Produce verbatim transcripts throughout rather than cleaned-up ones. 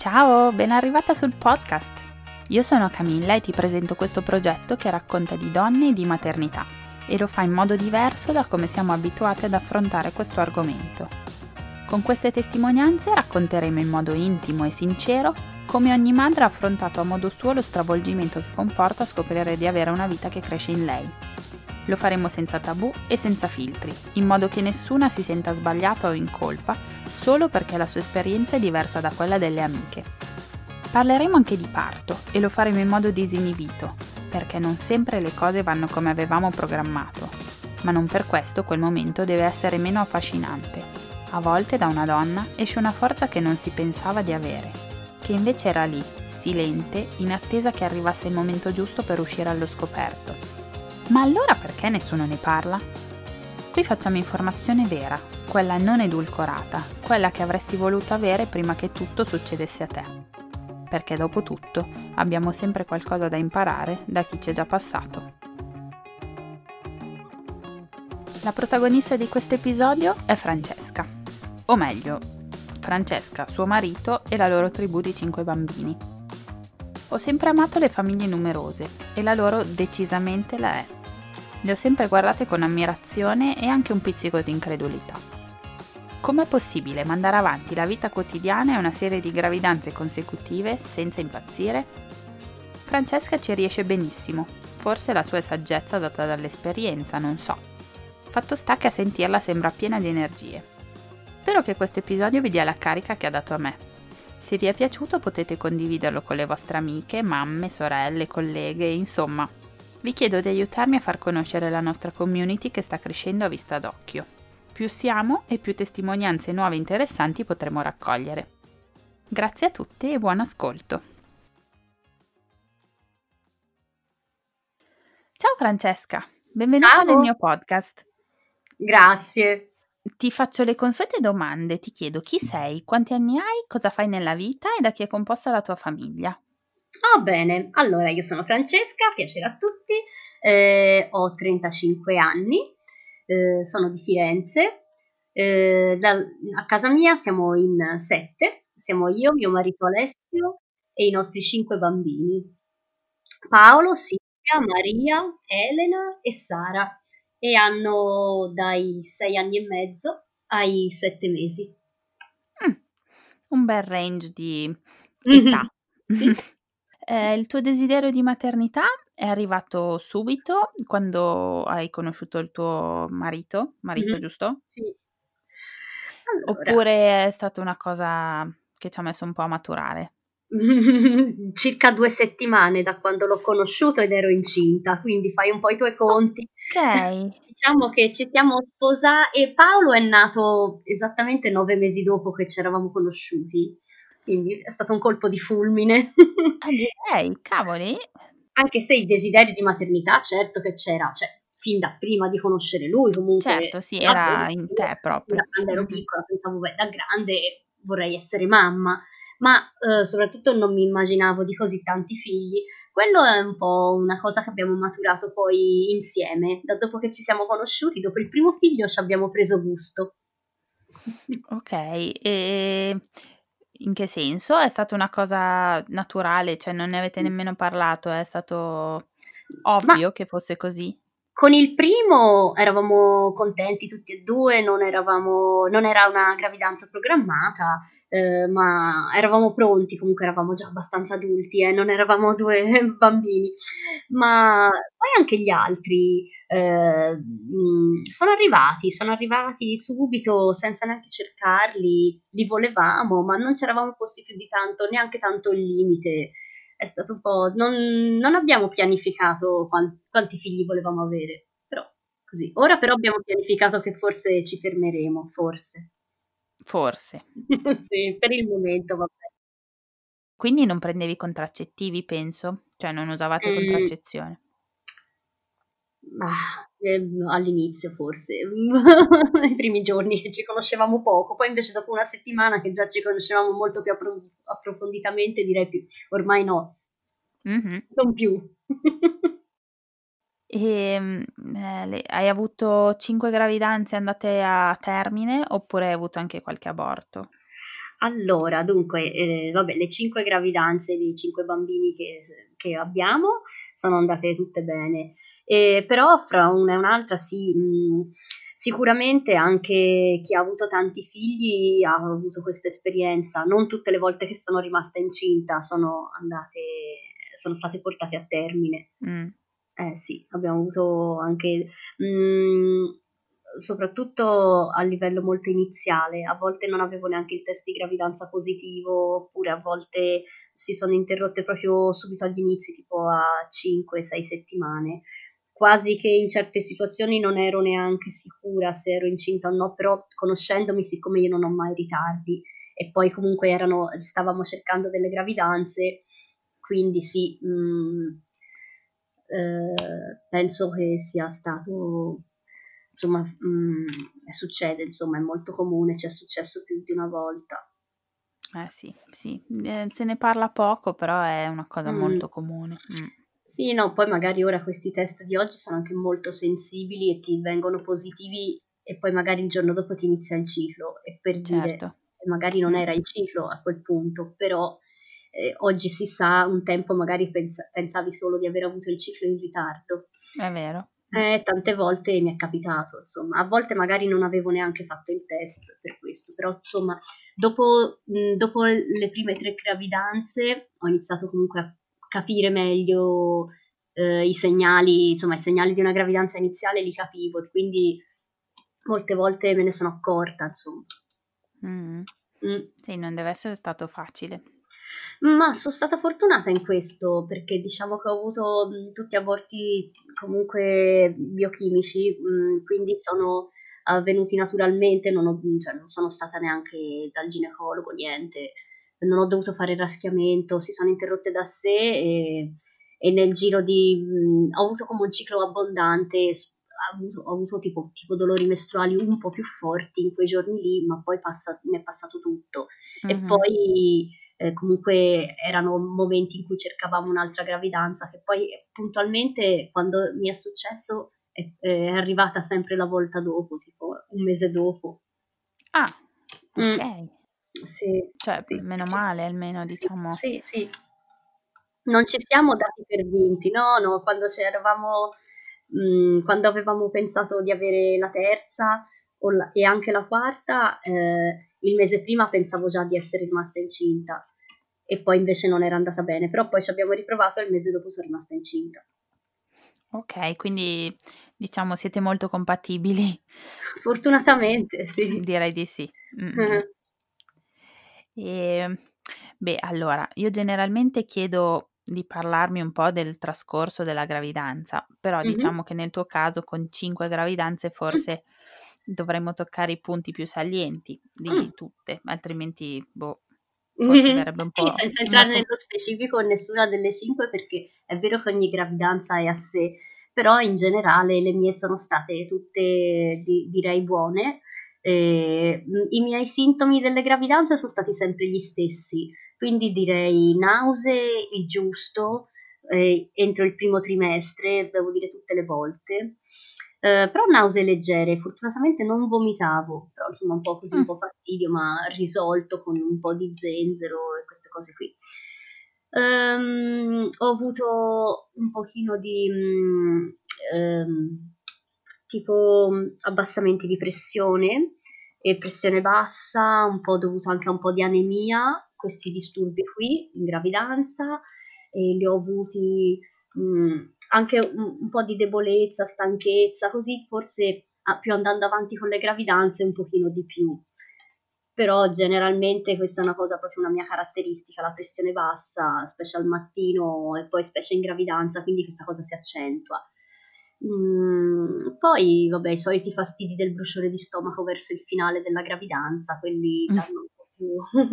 Ciao, ben arrivata sul podcast. Io sono Camilla e ti presento questo progetto che racconta di donne e di maternità e lo fa in modo diverso da come siamo abituati ad affrontare questo argomento. Con queste testimonianze racconteremo in modo intimo e sincero come ogni madre ha affrontato a modo suo lo stravolgimento che comporta scoprire di avere una vita che cresce in lei. Lo faremo senza tabù e senza filtri, in modo che nessuna si senta sbagliata o in colpa solo perché la sua esperienza è diversa da quella delle amiche. Parleremo anche di parto e lo faremo in modo disinibito, perché non sempre le cose vanno come avevamo programmato, ma non per questo quel momento deve essere meno affascinante. A volte da una donna esce una forza che non si pensava di avere, che invece era lì, silente, in attesa che arrivasse il momento giusto per uscire allo scoperto. Ma allora perché nessuno ne parla? Qui facciamo informazione vera, quella non edulcorata, quella che avresti voluto avere prima che tutto succedesse a te. Perché dopo tutto abbiamo sempre qualcosa da imparare da chi ci è già passato. La protagonista di questo episodio è Francesca, o meglio, Francesca, suo marito e la loro tribù di cinque bambini. Ho sempre amato le famiglie numerose e la loro decisamente la è. Le ho sempre guardate con ammirazione e anche un pizzico di incredulità. Com'è possibile mandare avanti la vita quotidiana e una serie di gravidanze consecutive senza impazzire? Francesca ci riesce benissimo, forse la sua è saggezza data dall'esperienza, non so. Fatto sta che a sentirla sembra piena di energie. Spero che questo episodio vi dia la carica che ha dato a me. Se vi è piaciuto potete condividerlo con le vostre amiche, mamme, sorelle, colleghe, insomma. Vi chiedo di aiutarmi a far conoscere la nostra community che sta crescendo a vista d'occhio. Più siamo e più testimonianze nuove e interessanti potremo raccogliere. Grazie a tutti e buon ascolto. Ciao Francesca, benvenuta Ciao. nel mio podcast. Grazie. Ti faccio le consuete domande, ti chiedo chi sei, quanti anni hai, cosa fai nella vita e da chi è composta la tua famiglia. Va bene, allora io sono Francesca, piacere a tutti, eh, ho trentacinque anni, eh, sono di Firenze, eh, da- a casa mia siamo in sette, siamo io, mio marito Alessio e i nostri cinque bambini, Paolo, Silvia, Maria, Elena e Sara, e hanno dai sei anni e mezzo ai sette mesi. Mm, un bel range di età. Sì. Eh, il tuo desiderio di maternità è arrivato subito quando hai conosciuto il tuo marito, marito Mh-mh. giusto? Sì. Allora, Oppure è stata una cosa che ci ha messo un po' a maturare? circa due settimane da quando l'ho conosciuto ed ero incinta, quindi fai un po' i tuoi conti. Ok, Diciamo che ci siamo sposa e Paolo è nato esattamente nove mesi dopo che c'eravamo conosciuti, quindi è stato un colpo di fulmine. eh, direi, cavoli, Anche se il desiderio di maternità certo che c'era, cioè fin da prima di conoscere lui certo, comunque sì, già era vedo in io te fin da proprio. quando ero Mhm. piccola pensavo: "Beh, da grande vorrei essere mamma", ma, uhm, soprattutto non mi immaginavo di così tanti figli. Quello è un po' una cosa che abbiamo maturato poi insieme. Da dopo che ci siamo conosciuti, dopo il primo figlio c'abbiamo preso gusto. Ok, e in che senso? È stata una cosa naturale, cioè non ne avete nemmeno parlato, è stato Ma ovvio che fosse così? con il primo eravamo contenti tutti e due, non eravamo non era una gravidanza programmata, ehm, ma eravamo pronti, comunque eravamo già abbastanza adulti, eh, non eravamo due bambini. Ma poi anche gli altri, ehm, mhmm, sono arrivati, sono arrivati subito senza neanche cercarli, li volevamo, ma non c'eravamo posti più di tanto, neanche tanto il limite. È stato un po' non non abbiamo pianificato quan quanti figli volevamo avere, però così. Ora però abbiamo pianificato che forse ci fermeremo, forse. Forse. Sì, per il momento vabbè. Quindi non prendevi contraccettivi, penso? Cioè non usavate Mhmm, contraccezione? mah, ehm, all'inizio forse, i primi giorni che ci conoscevamo poco, poi invece dopo una settimana che già ci conoscevamo molto più appro approfonditamente direi più ormai no, Mh-mh. non più. Ehm, ehm, le hai avuto cinque gravidanze andate a termine, oppure hai avuto anche qualche aborto? Allora, dunque, eh, vabbè, le cinque gravidanze di cinque bambini che, che abbiamo sono andate tutte bene. Eh, però fra una e un'altra sì, mh, sicuramente anche chi ha avuto tanti figli ha avuto questa esperienza. Non tutte le volte che sono rimasta incinta sono andate, sono state portate a termine. Mm. Eh sì, abbiamo avuto anche, mh, soprattutto a livello molto iniziale, a volte non avevo neanche il test di gravidanza positivo, oppure a volte si sono interrotte proprio subito agli inizi, tipo a cinque sei settimane, quasi che in certe situazioni non ero neanche sicura se ero incinta o no, però conoscendomi, siccome io non ho mai ritardi, e poi comunque erano, stavamo cercando delle gravidanze, quindi sì, mh, eh, penso che sia stato, insomma, mh, succede, insomma, è molto comune, ci è successo più di una volta. Eh sì, sì, eh, se ne parla poco, però è una cosa Mm. molto comune. Mm. Sì, no, poi magari ora questi test di oggi sono anche molto sensibili e ti vengono positivi e poi magari il giorno dopo ti inizia il ciclo e per dire, Certo. e magari non Mm. era in ciclo a quel punto, però eh, oggi si sa, un tempo magari pensa- pensavi solo di aver avuto il ciclo in ritardo. È vero. Mm. Eh, tante volte mi è capitato, insomma, a volte magari non avevo neanche fatto il test per questo, però insomma, dopo, mh, dopo le prime tre gravidanze ho iniziato comunque a capire meglio eh, i segnali, insomma, i segnali di una gravidanza iniziale li capivo, quindi molte volte me ne sono accorta, insomma. Mm. Mm. Sì, non deve essere stato facile. Ma sono stata fortunata in questo perché diciamo che ho avuto mh, tutti aborti comunque biochimici, mh, quindi sono avvenuti naturalmente, non, ho- cioè, non sono stata neanche dal ginecologo, niente, non ho dovuto fare il raschiamento, si sono interrotte da sé e, e nel giro di... mh, ho avuto come un ciclo abbondante, s- ho avuto, ho avuto tipo, tipo dolori mestruali un po' più forti in quei giorni lì, ma poi passa- mi è passato tutto. E Mhm. poi eh, comunque erano momenti in cui cercavamo un'altra gravidanza, che poi eh, puntualmente quando mi è successo è, è arrivata sempre la volta dopo, tipo un mese dopo. Ah, ok. Mm, sì, Cioè, sì, meno ci- male, almeno sì, diciamo. sì, sì. Non ci siamo dati per vinti, no, no, quando c'eravamo, mh, quando avevamo pensato di avere la terza o la- e anche la quarta, eh, il mese prima pensavo già di essere rimasta incinta e poi invece non era andata bene, però poi ci abbiamo riprovato e il mese dopo sono rimasta incinta. Ok, quindi diciamo siete molto compatibili. Fortunatamente, sì. Direi di sì. Mm. E, beh, allora, io generalmente chiedo di parlarmi un po' del trascorso della gravidanza, però Mhm. diciamo che nel tuo caso con cinque gravidanze forse dovremmo toccare i punti più salienti Mm. di tutte, altrimenti, boh, forse Mhm. verrebbe un Sì, po' senza una... entrare co- nello specifico in nessuna delle cinque, perché è vero che ogni gravidanza è a sé, però in generale le mie sono state tutte, di- direi, buone. Eh, mh, I miei sintomi delle gravidanze sono stati sempre gli stessi, quindi direi nausee, il giusto, eh, entro il primo trimestre, devo dire tutte le volte. Eh, però nausee leggere, fortunatamente non vomitavo, però insomma un po' così, un Mm, po' fastidio, ma risolto con un po' di zenzero e queste cose qui. Ehm, ho avuto un pochino di mm, ehm, tipo mm, abbassamenti di pressione e pressione bassa, un po' dovuto anche a un po' di anemia, questi disturbi qui in gravidanza, e li ho avuti mh, anche un, un po' di debolezza, stanchezza, così forse ah, più andando avanti con le gravidanze un pochino di più. Però generalmente questa è una cosa proprio una mia caratteristica, la pressione bassa, specie al mattino e poi specie in gravidanza, quindi questa cosa si accentua. Mm, poi, vabbè, i soliti fastidi del bruciore di stomaco verso il finale della gravidanza, quelli mm, danno un po' più...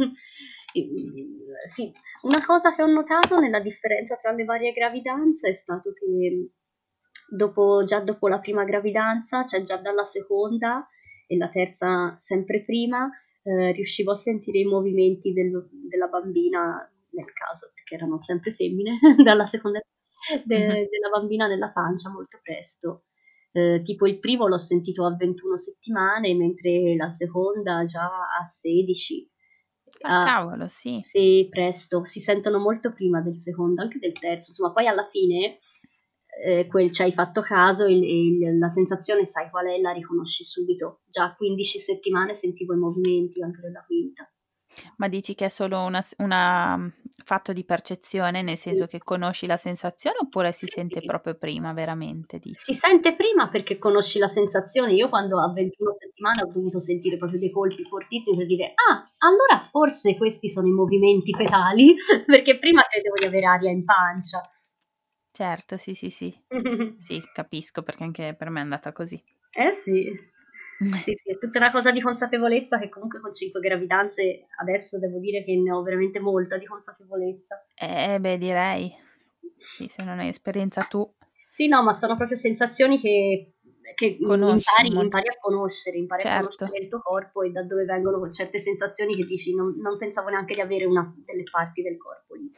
Sì, una cosa che ho notato nella differenza tra le varie gravidanze è stato che dopo, già dopo la prima gravidanza, cioè già dalla seconda e la terza sempre prima, eh, riuscivo a sentire i movimenti del- della bambina nel caso, perché erano sempre femmine, dalla seconda mhm. de- della bambina nella pancia molto presto. Eh, tipo il primo l'ho sentito a ventuno settimane, mentre la seconda già a sedici. Ah, Ah, cavolo, sì. sì, presto, si sentono molto prima del secondo, anche del terzo, insomma, poi alla fine eh, quel ci hai fatto caso, il- il- la sensazione sai qual è, la riconosci subito. Già a quindici settimane sentivo i movimenti anche della quinta. Ma dici che è solo una, s- una, mm, fatto di percezione, nel Sì, senso che conosci la sensazione oppure si sì, sente sì. proprio prima, veramente, Si dici? sente prima perché conosci la sensazione. Io quando a ventuno settimane ho dovuto sentire proprio dei colpi fortissimi per dire, ah, allora forse questi sono i movimenti fetali, perché prima credevo di avere aria in pancia. Certo, sì, sì, sì. Sì, capisco perché anche per me è andata così. Eh sì, sì, sì, è tutta una cosa di consapevolezza che comunque con cinque gravidanze adesso devo dire che ne ho veramente molta di consapevolezza. Eh, beh, direi. Sì, se non hai esperienza tu, Sì, no, ma sono proprio sensazioni che, che mm, conosci impari, molto. impari a conoscere, impari a Certo. conoscere il tuo corpo e da dove vengono certe sensazioni che dici non, non pensavo neanche di avere una delle parti del corpo lì.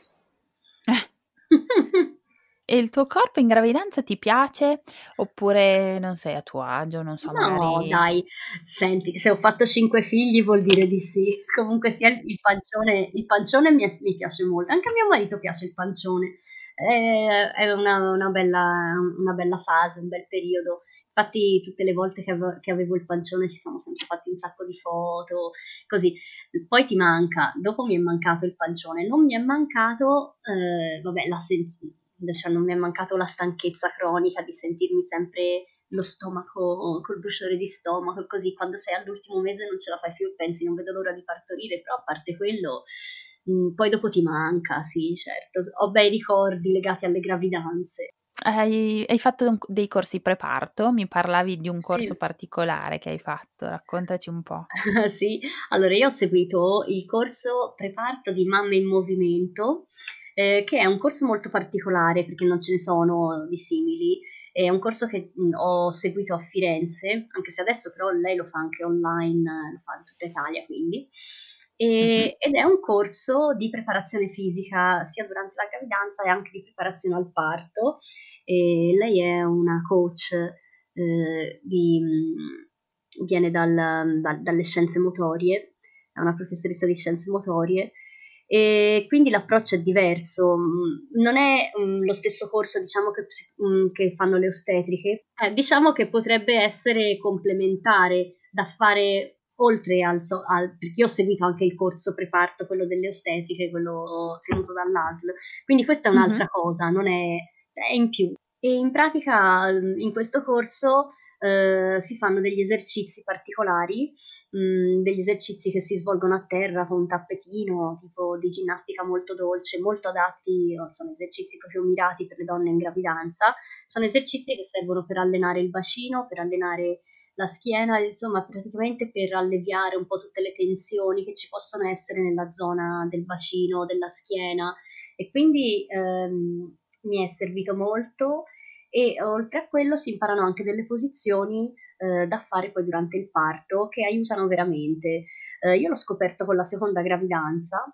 E il tuo corpo in gravidanza ti piace oppure non sei a tuo agio, non so, No, magari... dai, senti, se ho fatto cinque figli vuol dire di sì. Comunque sia il, il pancione, il pancione mi, è- mi piace molto. Anche a mio marito piace il pancione. È, è una, una bella, una bella fase, un bel periodo. Infatti, tutte le volte che avevo, che avevo il pancione ci siamo sempre fatti un sacco di foto, così. Poi ti manca, dopo mi è mancato il pancione, non mi è mancato, eh, vabbè, la sensazione, cioè non mi è mancato la stanchezza cronica di sentirmi sempre lo stomaco col bruciore di stomaco e così quando sei all'ultimo mese non ce la fai più e pensi non vedo l'ora di partorire, però a parte quello mh, poi dopo ti manca, sì, certo. Ho bei ricordi legati alle gravidanze. Hai, hai fatto un- dei corsi preparto? Mi parlavi di un corso Sì. particolare che hai fatto, raccontaci un po'. Sì, allora io ho seguito il corso preparto di Mamme in Movimento, eh, che è un corso molto particolare perché non ce ne sono di simili. È un corso che mh, ho seguito a Firenze, anche se adesso però lei lo fa anche online, eh, lo fa in tutta Italia quindi. Mhm. E- ed è un corso di preparazione fisica sia durante la gravidanza e anche di preparazione al parto. E lei è una coach eh, di, mh, viene dal- dal- dalle scienze motorie, è una professoressa di scienze motorie e quindi l'approccio è diverso, mh, non è mh, lo stesso corso diciamo che, psi- mh, che fanno le ostetriche. Eh, diciamo che potrebbe essere complementare da fare oltre al, so- al- perché io ho seguito anche il corso preparto, quello delle ostetriche, quello tenuto dall'A S L, quindi questa è Mhm. un'altra cosa, non è, è in più. E in pratica mh, in questo corso eh, si fanno degli esercizi particolari, mh, degli esercizi che si svolgono a terra con un tappetino, tipo di ginnastica molto dolce, molto adatti, sono esercizi proprio mirati per le donne in gravidanza, sono esercizi che servono per allenare il bacino, per allenare la schiena, insomma praticamente per alleviare un po' tutte le tensioni che ci possono essere nella zona del bacino, della schiena e quindi ehm, mi è servito molto e oltre a quello si imparano anche delle posizioni eh, da fare poi durante il parto che aiutano veramente. Eh, io l'ho scoperto con la seconda gravidanza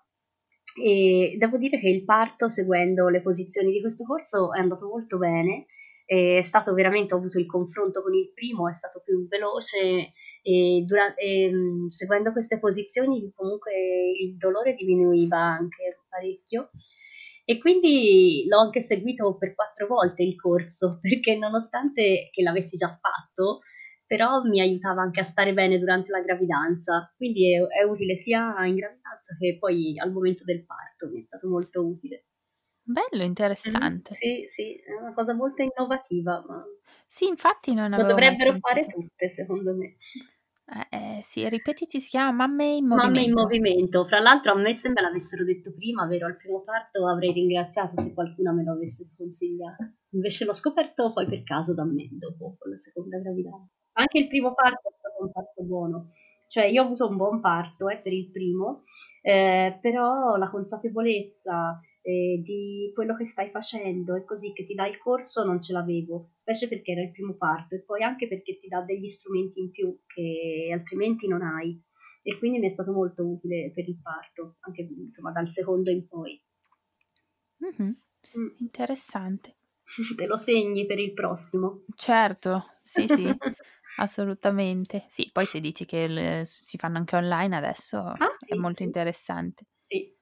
e devo dire che il parto, seguendo le posizioni di questo corso, è andato molto bene. È stato veramente, ho avuto il confronto con il primo, è stato più veloce e, dura- e, mh, seguendo queste posizioni comunque il dolore diminuiva anche parecchio. E quindi l'ho anche seguito per quattro volte il corso, perché nonostante che l'avessi già fatto, però mi aiutava anche a stare bene durante la gravidanza, quindi è, è utile sia in gravidanza che poi al momento del parto, mi è stato molto utile. Bello, Mm, interessante. sì, sì, è una cosa molto innovativa, ma Sì, infatti non lo avevo mai dovrebbero fare sentito. tutte, secondo me. Eh, eh, sì, ripetici, si chiama Mamme in Mamme in movimento. movimento, fra l'altro a me se me l'avessero detto prima, vero, al primo parto avrei ringraziato se qualcuno me lo avesse consigliato. Invece l'ho scoperto poi per caso da me, dopo con la seconda gravidanza. Anche il primo parto è stato un parto buono, cioè io ho avuto un buon parto eh, per il primo, eh, però la consapevolezza eh, di quello che stai facendo e così che ti dà il corso non ce l'avevo, specie perché era il primo parto e poi anche perché ti dà degli strumenti in più che altrimenti non hai e quindi mi è stato molto utile per il parto, anche insomma dal secondo in poi. Mhm. Mm. Interessante. Te lo segni per il prossimo. Certo, sì, sì. assolutamente. Sì, poi se dici che le- si fanno anche online adesso Ah, è sì, molto sì, interessante. sì.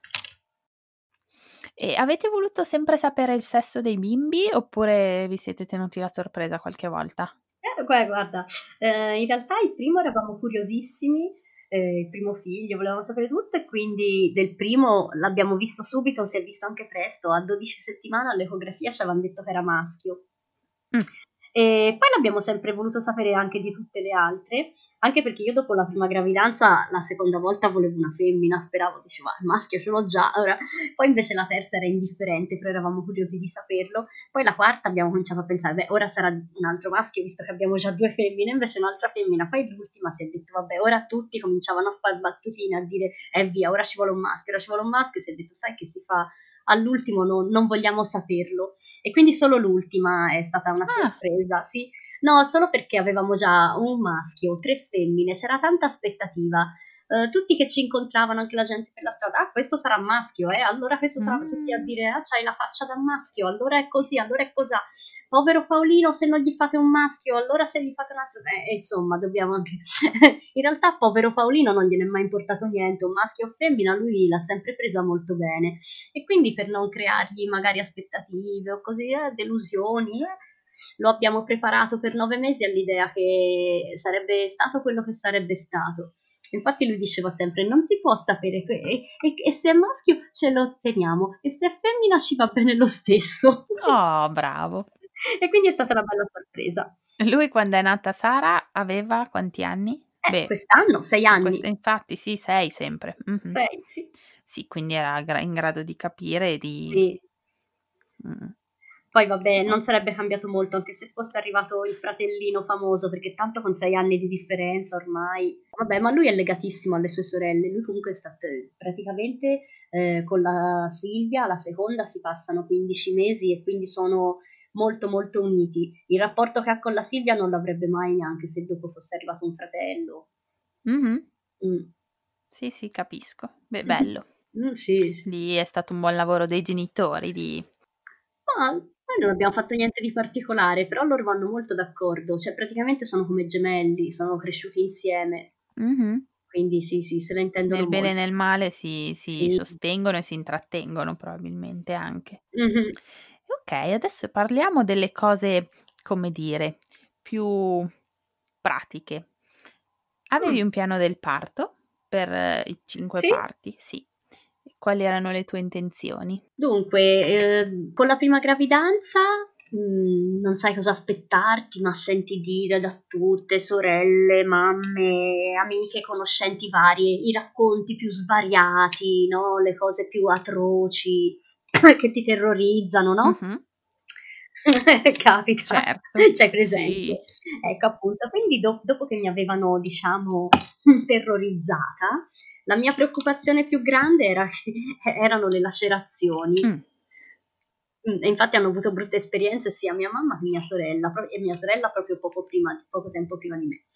E avete voluto sempre sapere il sesso dei bimbi oppure vi siete tenuti la sorpresa qualche volta? Eh, gua guarda, ehm, in realtà il primo eravamo curiosissimi, ehm, il primo figlio, volevamo sapere tutto e quindi del primo l'abbiamo visto subito, si è visto anche presto, a dodici settimane all'ecografia ci avevan detto che era maschio. Mm. E poi l'abbiamo sempre voluto sapere anche di tutte le altre, anche perché io dopo la prima gravidanza, la seconda volta volevo una femmina, speravo, dicevo, "Ah, il maschio ce l'ho già, ora." Poi invece la terza era indifferente, però eravamo curiosi di saperlo. Poi la quarta abbiamo cominciato a pensare, beh, ora sarà un altro maschio, visto che abbiamo già due femmine, invece un'altra femmina. Poi l'ultima si è detto, vabbè, ora tutti cominciavano a fare battutine, a dire, eh via, ora ci vuole un maschio, ora ci vuole un maschio, e si è detto, sai che si fa all'ultimo, no, non vogliamo saperlo. E quindi solo l'ultima è stata una Ah, sorpresa, sì. No, solo perché avevamo già un maschio, tre femmine, c'era tanta aspettativa. Eh, tutti che ci incontravano, anche la gente per la strada, ah, questo sarà maschio, eh? Allora questo sarà, tutti a mm. dire, ah, c'hai la faccia da maschio, allora è così, allora è così. Povero Paolino, se non gli fate un maschio, allora se gli fate un altro, eh, insomma, dobbiamo anche... In realtà, povero Paolino non gliene è mai importato niente, un maschio o femmina, lui l'ha sempre presa molto bene. E quindi per non creargli magari aspettative o così, eh, delusioni, eh, lo abbiamo preparato per nove mesi all'idea che sarebbe stato quello che sarebbe stato. Infatti lui diceva sempre, non si può sapere, que- e, e- e se è maschio ce lo teniamo, e se è femmina ci va bene lo stesso. Oh, bravo. E quindi è stata una bella sorpresa. Lui quando è nata Sara aveva quanti anni? Eh, Beh, quest'anno, sei quest- anni, infatti sì, sei sempre. Mhm. sei, sì. Sì, quindi era gra- in grado di capire e di... Sì. mm. Poi vabbè, Oh, non sarebbe cambiato molto anche se fosse arrivato il fratellino famoso, perché tanto con sei anni di differenza ormai. Vabbè, ma lui è legatissimo alle sue sorelle. Lui comunque è stato praticamente eh, con la Silvia, la seconda, si passano quindici mesi e quindi sono molto molto uniti. Il rapporto che ha con la Silvia non l'avrebbe mai neanche se dopo fosse arrivato un fratello. mhm. Mm. Sì, sì, capisco. Beh, bello. Mm, sì, sì. Lì è stato un buon lavoro dei genitori di... Ma noi non abbiamo fatto niente di particolare, però loro vanno molto d'accordo, cioè praticamente sono come gemelli, sono cresciuti insieme, Mhm. quindi sì, sì, se la intendono Nel bene e molto. nel male si, si Sì. sostengono e si intrattengono probabilmente anche. Mhm. Ok, adesso parliamo delle cose, come dire, più pratiche. Avevi Mm, un piano del parto per eh, i cinque sì. parti? Sì. Quali erano le tue intenzioni? Dunque, eh, con la prima gravidanza mm, non sai cosa aspettarti, ma senti dire da tutte, sorelle, mamme, amiche, conoscenti varie, i racconti più svariati, no? Le cose più atroci che ti terrorizzano, no? Mhm. Capita, Certo, c'hai sì. presente? Ecco appunto, quindi do- dopo che mi avevano, diciamo, terrorizzata, la mia preoccupazione più grande era che erano le lacerazioni. Mm. Mm, e infatti hanno avuto brutte esperienze sia mia mamma che mia sorella, pro- e mia sorella proprio poco prima, poco tempo prima di me.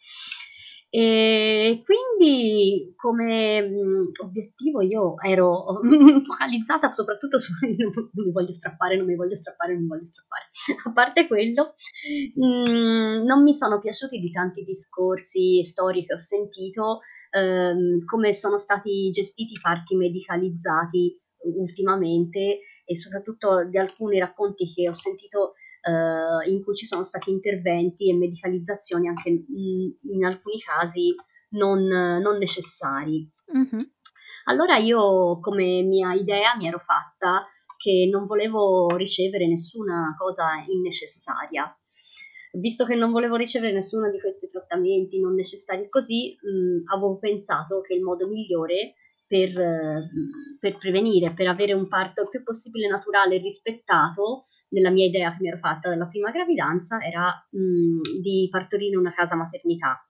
E quindi come mh, obiettivo io ero focalizzata soprattutto su non mi voglio strappare, non mi voglio strappare, non mi voglio strappare. A parte quello, mh, non mi sono piaciuti di tanti discorsi e storie che ho sentito, ehm, come sono stati gestiti i parti medicalizzati ultimamente e soprattutto di alcuni racconti che ho sentito eh, in cui ci sono stati interventi e medicalizzazioni anche in, in alcuni casi non, non necessari. Mhm. Allora io come mia idea mi ero fatta che non volevo ricevere nessuna cosa innecessaria. Visto che non volevo ricevere nessuno di questi trattamenti non necessari così, mh, avevo pensato che il modo migliore per, eh, per prevenire, per avere un parto il più possibile naturale e rispettato, nella mia idea che mi ero fatta dalla prima gravidanza, era mh, di partorire in una casa maternità.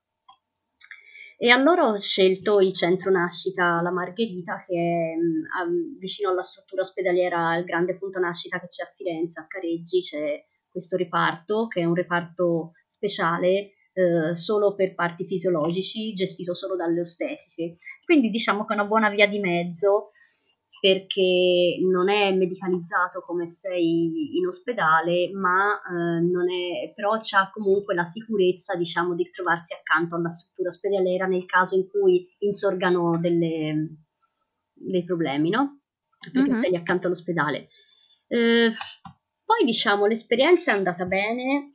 E allora ho scelto il centro nascita La Margherita, che è mh, a- vicino alla struttura ospedaliera, al grande punto nascita che c'è a Firenze, a Careggi, c'è questo reparto, che è un reparto speciale eh, solo per parti fisiologici, gestito solo dalle ostetriche. Quindi diciamo che è una buona via di mezzo perché non è medicalizzato come sei in ospedale, ma eh, non è, però c'ha comunque la sicurezza, diciamo, di trovarsi accanto alla struttura ospedaliera nel caso in cui insorgano delle, dei problemi, no? Perché Mhm. stai lì accanto all'ospedale. Eh, poi diciamo l'esperienza è andata bene,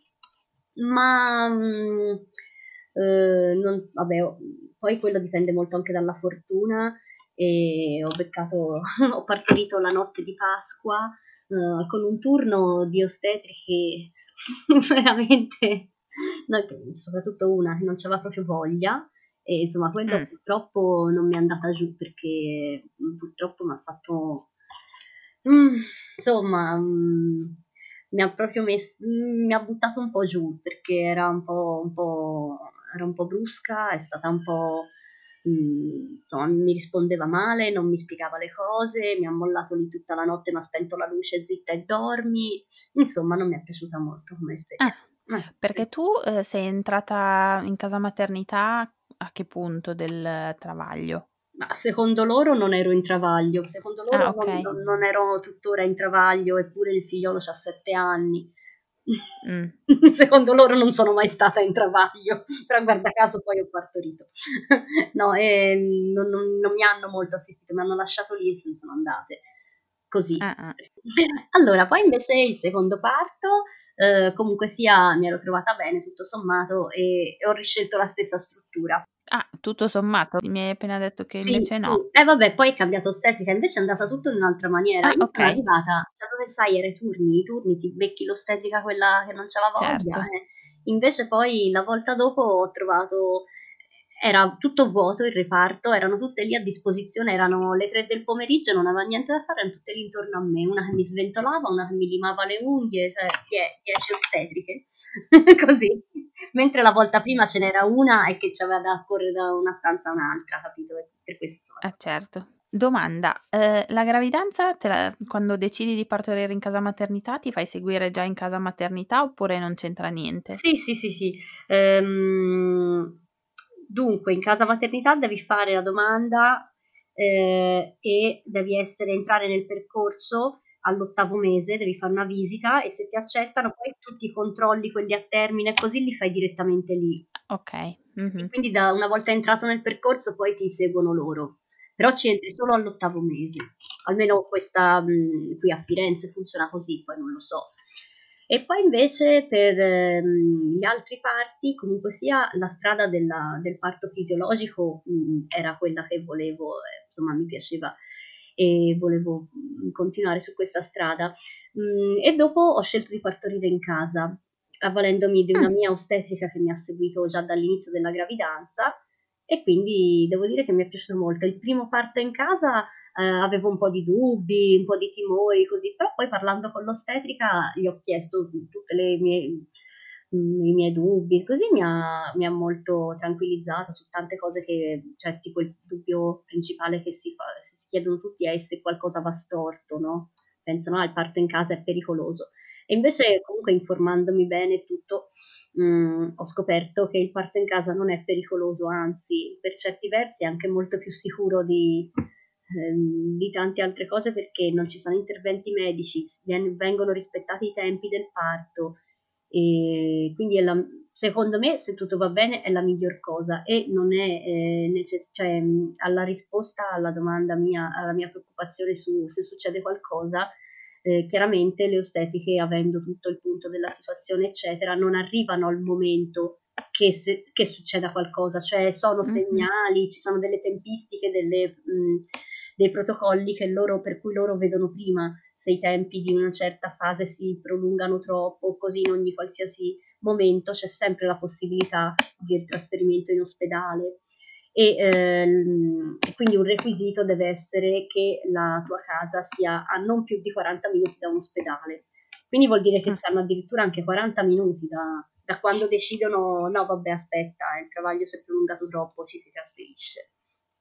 ma mh, eh, non- vabbè, ho- poi quello dipende molto anche dalla fortuna e ho beccato, ho partorito la notte di Pasqua eh, con un turno di ostetriche veramente, no, che- soprattutto una che non c'aveva proprio voglia e insomma quello Mm. purtroppo non mi è andata giù perché mm, purtroppo mi ha fatto, mm, insomma, mm, mi ha proprio messo, mi ha buttato un po' giù perché era un po', un po', era un po' brusca, è stata un po', mm, insomma, mi rispondeva male, non mi spiegava le cose, mi ha mollato lì tutta la notte, mi ha spento la luce, zitta e dormi, insomma non mi è piaciuta molto come Ah, esperienza. Eh, perché tu eh, sei entrata in casa maternità a che punto del travaglio? ma secondo loro non ero in travaglio, secondo Ah, loro ok. non, non- non ero tuttora in travaglio, eppure il figliolo ha sette anni. Mm. Secondo loro non sono mai stata in travaglio, però guarda caso poi ho partorito. No, e non, non- non mi hanno molto assistito, mi hanno lasciato lì e se ne sono andate. Così. Ah, ah. Allora, poi invece il secondo parto, eh, comunque sia, mi ero trovata bene tutto sommato e, e ho riscelto la stessa struttura. Ah, tutto sommato, mi hai appena detto che Sì, invece sì. no. E vabbè, poi è cambiato ostetrica, invece è andata tutto in un'altra maniera. Ah, Io ok, sono arrivata, da dove sai, era i turni, i turni ti becchi l'ostetrica quella che non c'aveva voglia. certo. eh. Invece poi la volta dopo ho trovato, era tutto vuoto il reparto, erano tutte lì a disposizione, erano le tre del pomeriggio, non aveva niente da fare, erano tutte lì intorno a me, una che mi sventolava, una che mi limava le unghie, cioè die- dieci ostetriche, così. Mentre la volta prima ce n'era una e che c'aveva da correre da una stanza a un'altra, capito? E per questo sono Ah, certo. Domanda, eh, la gravidanza, te la- quando decidi di partorire in casa maternità, ti fai seguire già in casa maternità oppure non c'entra niente? Sì, sì, sì, sì. Ehm, dunque, in casa maternità devi fare la domanda eh, e devi essere, entrare nel percorso all'ottavo mese, devi fare una visita e se ti accettano poi tutti i controlli, quelli a termine, così li fai direttamente lì. Ok. E Mhm. quindi da una volta entrato nel percorso poi ti seguono loro, però ci entri solo all'ottavo mese, almeno questa mh, qui a Firenze funziona così, poi non lo so. E poi invece per ehm, gli altri parti, comunque sia, la strada della- del parto fisiologico mh, era quella che volevo, eh, insomma mi piaceva e volevo mh, continuare su questa strada. Mm, e dopo ho scelto di partorire in casa, avvalendomi di una Mm, mia ostetrica che mi ha seguito già dall'inizio della gravidanza e quindi devo dire che mi è piaciuto molto. Il primo parto in casa eh, avevo un po' di dubbi, un po' di timori, così, però poi parlando con l'ostetrica gli ho chiesto tutte le mie, mm, i miei dubbi, così mi ha, mi ha molto tranquillizzata su tante cose che, cioè tipo il dubbio principale che si fa, si chiedono tutti è se qualcosa va storto, no? Pensano, ah, il parto in casa è pericoloso. E invece, comunque, informandomi bene e tutto, mh, ho scoperto che il parto in casa non è pericoloso, anzi, per certi versi è anche molto più sicuro di, ehm, di tante altre cose perché non ci sono interventi medici, vien- vengono rispettati i tempi del parto e quindi è la- secondo me, se tutto va bene, è la miglior cosa e non è eh, necess- cioè, mh, alla risposta alla domanda mia, alla mia preoccupazione su se succede qualcosa eh, chiaramente le ostetiche, avendo tutto il punto della situazione, eccetera, non arrivano al momento che, se, che succeda qualcosa, cioè sono mhm. segnali, ci sono delle tempistiche, delle, mh, dei protocolli che loro, per cui loro vedono prima se i tempi di una certa fase si prolungano troppo, così in ogni qualsiasi momento c'è sempre la possibilità di trasferimento in ospedale e ehm, quindi un requisito deve essere che la tua casa sia a non più di quaranta minuti da un ospedale. Quindi vuol dire che Mm, c'hanno addirittura anche quaranta minuti da, da quando decidono no vabbè aspetta, il travaglio si è prolungato troppo, ci si trasferisce.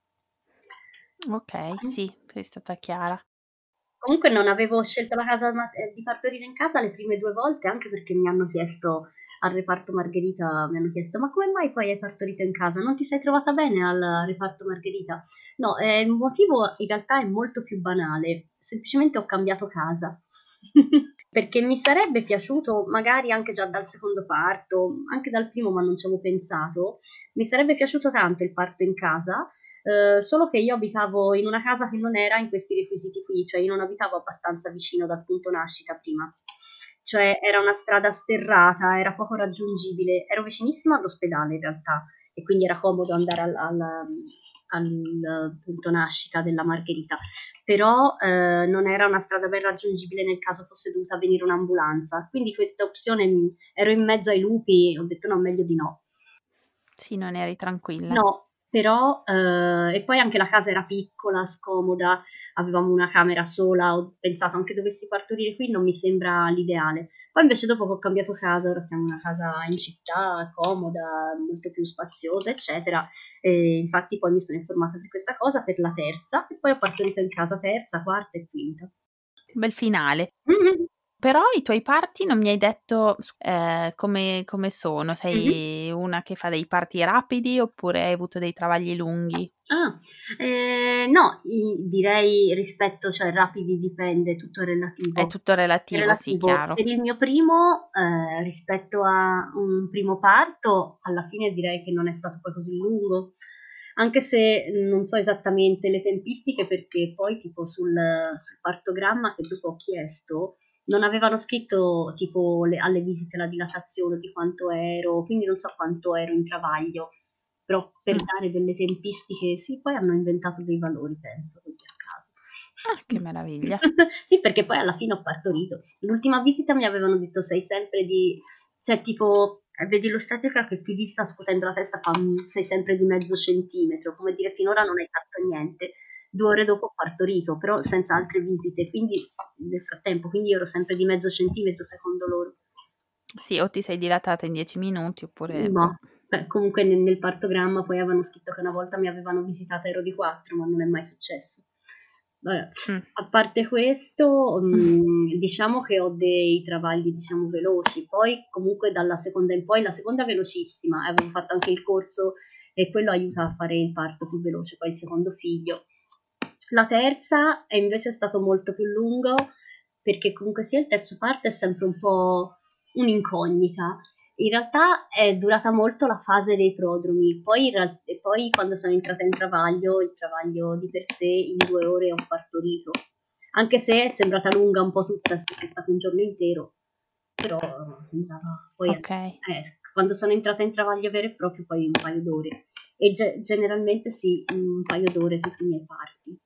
ok, sì, sei stata chiara. Comunque non avevo scelto la casa ma- eh, di partorire in casa le prime due volte anche perché mi hanno chiesto al reparto Margherita mi hanno chiesto: ma come mai poi hai partorito in casa? Non ti sei trovata bene al reparto Margherita? No, eh, il motivo in realtà è molto più banale, semplicemente ho cambiato casa. Perché mi sarebbe piaciuto, magari anche già dal secondo parto, anche dal primo, ma non ci avevo pensato, mi sarebbe piaciuto tanto il parto in casa, eh, solo che io abitavo in una casa che non era in questi requisiti qui, cioè io non abitavo abbastanza vicino dal punto nascita prima, cioè era una strada sterrata, era poco raggiungibile, ero vicinissima all'ospedale in realtà e quindi era comodo andare al, al, al punto nascita della Margherita, però eh, non era una strada ben raggiungibile nel caso fosse dovuta venire un'ambulanza, quindi questa opzione mh, ero in mezzo ai lupi, ho detto no, meglio di no. Sì, non eri tranquilla. No, però eh, e poi anche la casa era piccola, scomoda, avevamo una camera sola, ho pensato anche dovessi partorire qui non mi sembra l'ideale. Poi invece dopo che ho cambiato casa, ora siamo in una casa in città, comoda, molto più spaziosa, eccetera. E infatti poi mi sono informata di questa cosa per la terza e poi ho partorito in casa terza, quarta e quinta. Bel finale. Mhm, Però i tuoi parti non mi hai detto eh, come, come sono. mhm. Sei una che fa dei parti rapidi oppure hai avuto dei travagli lunghi? Ah, eh, no, i- direi rispetto, cioè rapidi dipende, tutto è È relativo. tutto È relativo, sì, relativo. chiaro. Per il mio primo, eh, rispetto a un primo parto, alla fine direi che non è stato poi così lungo, anche se non so esattamente le tempistiche, perché poi tipo sul, sul partogramma che dopo ho chiesto, non avevano scritto tipo le- alle visite la dilatazione di quanto ero, quindi non so quanto ero in travaglio, però per Mm. dare delle tempistiche, sì, poi hanno inventato dei valori, penso, così a Ah, che caso. meraviglia. Sì, perché poi alla fine ho partorito. L'ultima visita mi avevano detto sei sempre di, cioè tipo, eh, vedi l'ostetrica che ti sta scuotendo la testa, fa, "Mm, sei sempre di mezzo centimetro", come dire finora non hai fatto niente. Due ore dopo ho partorito, però senza altre visite, quindi nel frattempo, quindi io ero sempre di mezzo centimetro secondo loro. Sì, o ti sei dilatata in dieci minuti oppure boh. No, beh, comunque nel, nel partogramma poi avevano scritto che una volta mi avevano visitata ero di quattro, ma non è mai successo. Vabbè, Mm. a parte questo, mh, diciamo che ho dei travagli, diciamo, veloci. Poi comunque dalla seconda in poi, la seconda velocissima, avevo fatto anche il corso e quello aiuta a fare il parto più veloce, poi il secondo figlio. La terza è invece stato molto più lungo perché comunque sia il terzo parto è sempre un po' un'incognita. In realtà è durata molto la fase dei prodromi, poi, in real- e poi quando sono entrata in travaglio, il travaglio di per sé in due ore ho partorito, anche se è sembrata lunga un po' tutta, perché è stato un giorno intero, però sembrava poi, Ok. eh, quando sono entrata in travaglio vero e proprio poi un paio d'ore, e ge- generalmente sì, un paio d'ore tutti i miei parti,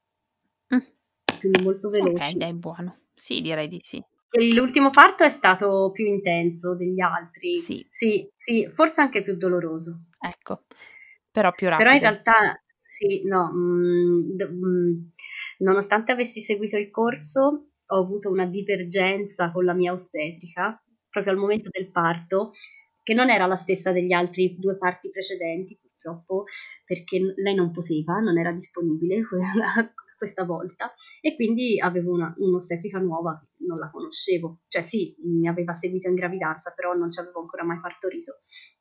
Mm. quindi molto Ok, veloci. dai, buono. Sì, direi di sì. E l'ultimo parto è stato più intenso degli altri, Sì, sì, sì, forse anche più doloroso. ecco, però più Però in rapido. realtà sì, no, mh, d- mh, nonostante avessi seguito il corso, ho avuto una divergenza con la mia ostetrica proprio al momento del parto, che non era la stessa degli altri due parti precedenti, purtroppo, perché n- lei non poteva, non era disponibile quella- questa volta, e quindi avevo una, un'ostetrica nuova, che non la conoscevo, cioè sì, mi aveva seguito in gravidanza, però non ci avevo ancora mai partorito.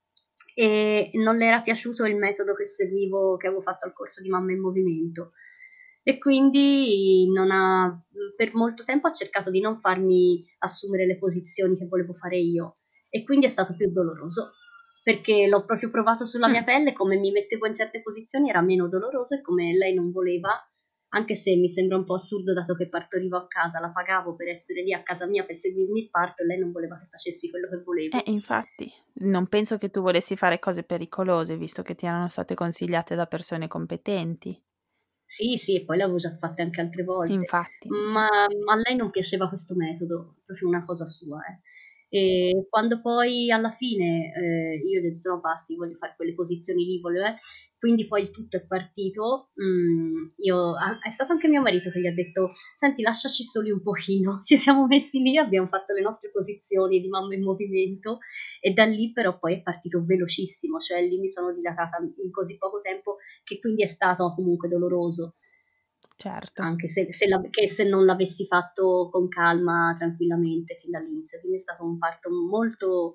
E non le era piaciuto il metodo che seguivo, che avevo fatto al corso di Mamma in Movimento. E quindi non ha, per molto tempo ha cercato di non farmi assumere le posizioni che volevo fare io. E quindi è stato più doloroso, perché l'ho proprio provato sulla mia Mm. pelle, come mi mettevo in certe posizioni era meno doloroso e come lei non voleva, anche se mi sembra un po' assurdo dato che partorivo a casa, la pagavo per essere lì a casa mia per seguirmi il parto e lei non voleva che facessi quello che Eh, volevo. infatti, non penso che tu volessi fare cose pericolose, visto che ti erano state consigliate da persone competenti. Sì, sì, e poi l'avevo già fatte anche altre volte, Infatti. ma a lei non piaceva questo metodo, proprio una cosa sua, eh. E quando poi alla fine eh, io ho detto no, basta, io voglio fare quelle posizioni lì, voglio, eh. Quindi poi il tutto è partito, mm, io, ah, è stato anche mio marito che gli ha detto, senti, lasciaci soli un pochino, ci siamo messi lì, abbiamo fatto le nostre posizioni di mamma in movimento e da lì però poi è partito velocissimo, cioè lì mi sono dilatata in così poco tempo che quindi è stato comunque doloroso, Certo. anche se, se la- che se non l'avessi fatto con calma, tranquillamente, fin dall'inizio. Quindi è stato un parto molto,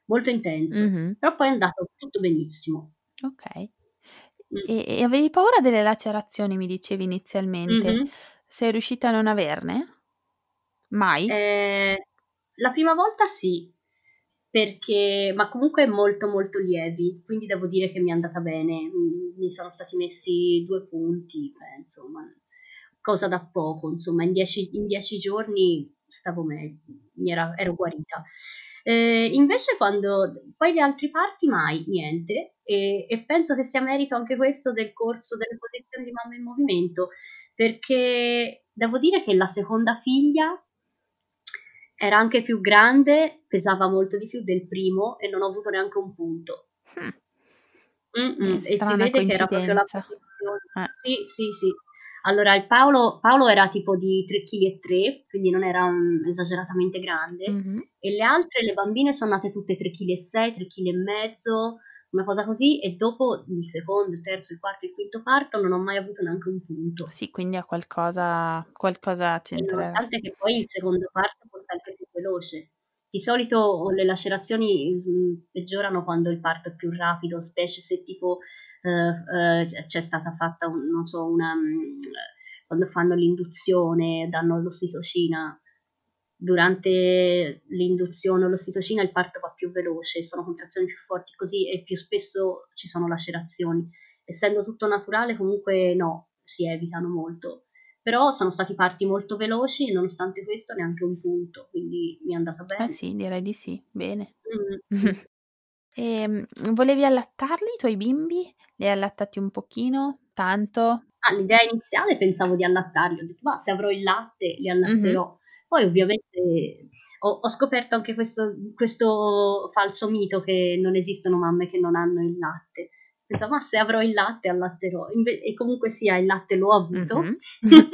molto intenso, Mhm. però poi è andato tutto benissimo. Ok. Mm. E, e avevi paura delle lacerazioni, mi dicevi inizialmente. Mhm. Sei riuscita a non averne? Mai? Eh, la prima volta sì, perché, ma comunque molto molto lievi, quindi devo dire che mi è andata bene. Mm, mi sono stati messi due punti, beh, insomma, cosa da poco, insomma, in dieci, in dieci giorni stavo meglio, mi era- ero guarita. Eh, invece quando poi le altre parti mai, niente, e, e penso che sia merito anche questo del corso delle posizioni di Mamma in Movimento, perché devo dire che la seconda figlia era anche più grande, pesava molto di più del primo e non ho avuto neanche un punto. Hm, è Mm-mm, e si strana vede che era proprio la coincidenza. posizione. Eh. Sì, sì, sì. Allora, il Paolo, Paolo era tipo di tre virgola tre kg, quindi non era mm, esageratamente grande, Mhm. e le altre, le bambine, sono nate tutte tre virgola sei kg, tre virgola cinque kg, una cosa così, e dopo il secondo, il terzo, il quarto e il quinto parto non ho mai avuto neanche un punto. Sì, quindi a qualcosa, qualcosa E c'entrerà. nonostante che poi il secondo parto fosse anche più veloce. Di solito le lacerazioni mh, peggiorano quando il parto è più rapido, specie se tipo eh, eh, c'è stata fatta, un- non so, una, mh, quando fanno l'induzione, danno l'ossitocina. Durante l'induzione o l'ossitocina il parto va più veloce, sono contrazioni più forti così e più spesso ci sono lacerazioni. Essendo tutto naturale, comunque no, si evitano molto. Però sono stati parti molto veloci e nonostante questo neanche un punto, quindi mi è andata Eh bene. sì, direi di sì. Bene. Mm, mm. E mm, volevi allattarli i tuoi bimbi? Li hai allattati un pochino? Tanto? Ah, l'idea iniziale pensavo di allattarli, ho detto, ma se avrò il latte li Mhm. allatterò. Poi ovviamente ho, ho scoperto anche questo, questo falso mito che non esistono mamme che non hanno il latte. Pensavo, ma se avrò il latte allatterò. Inve- e comunque sia, il latte l'ho avuto. Mhm.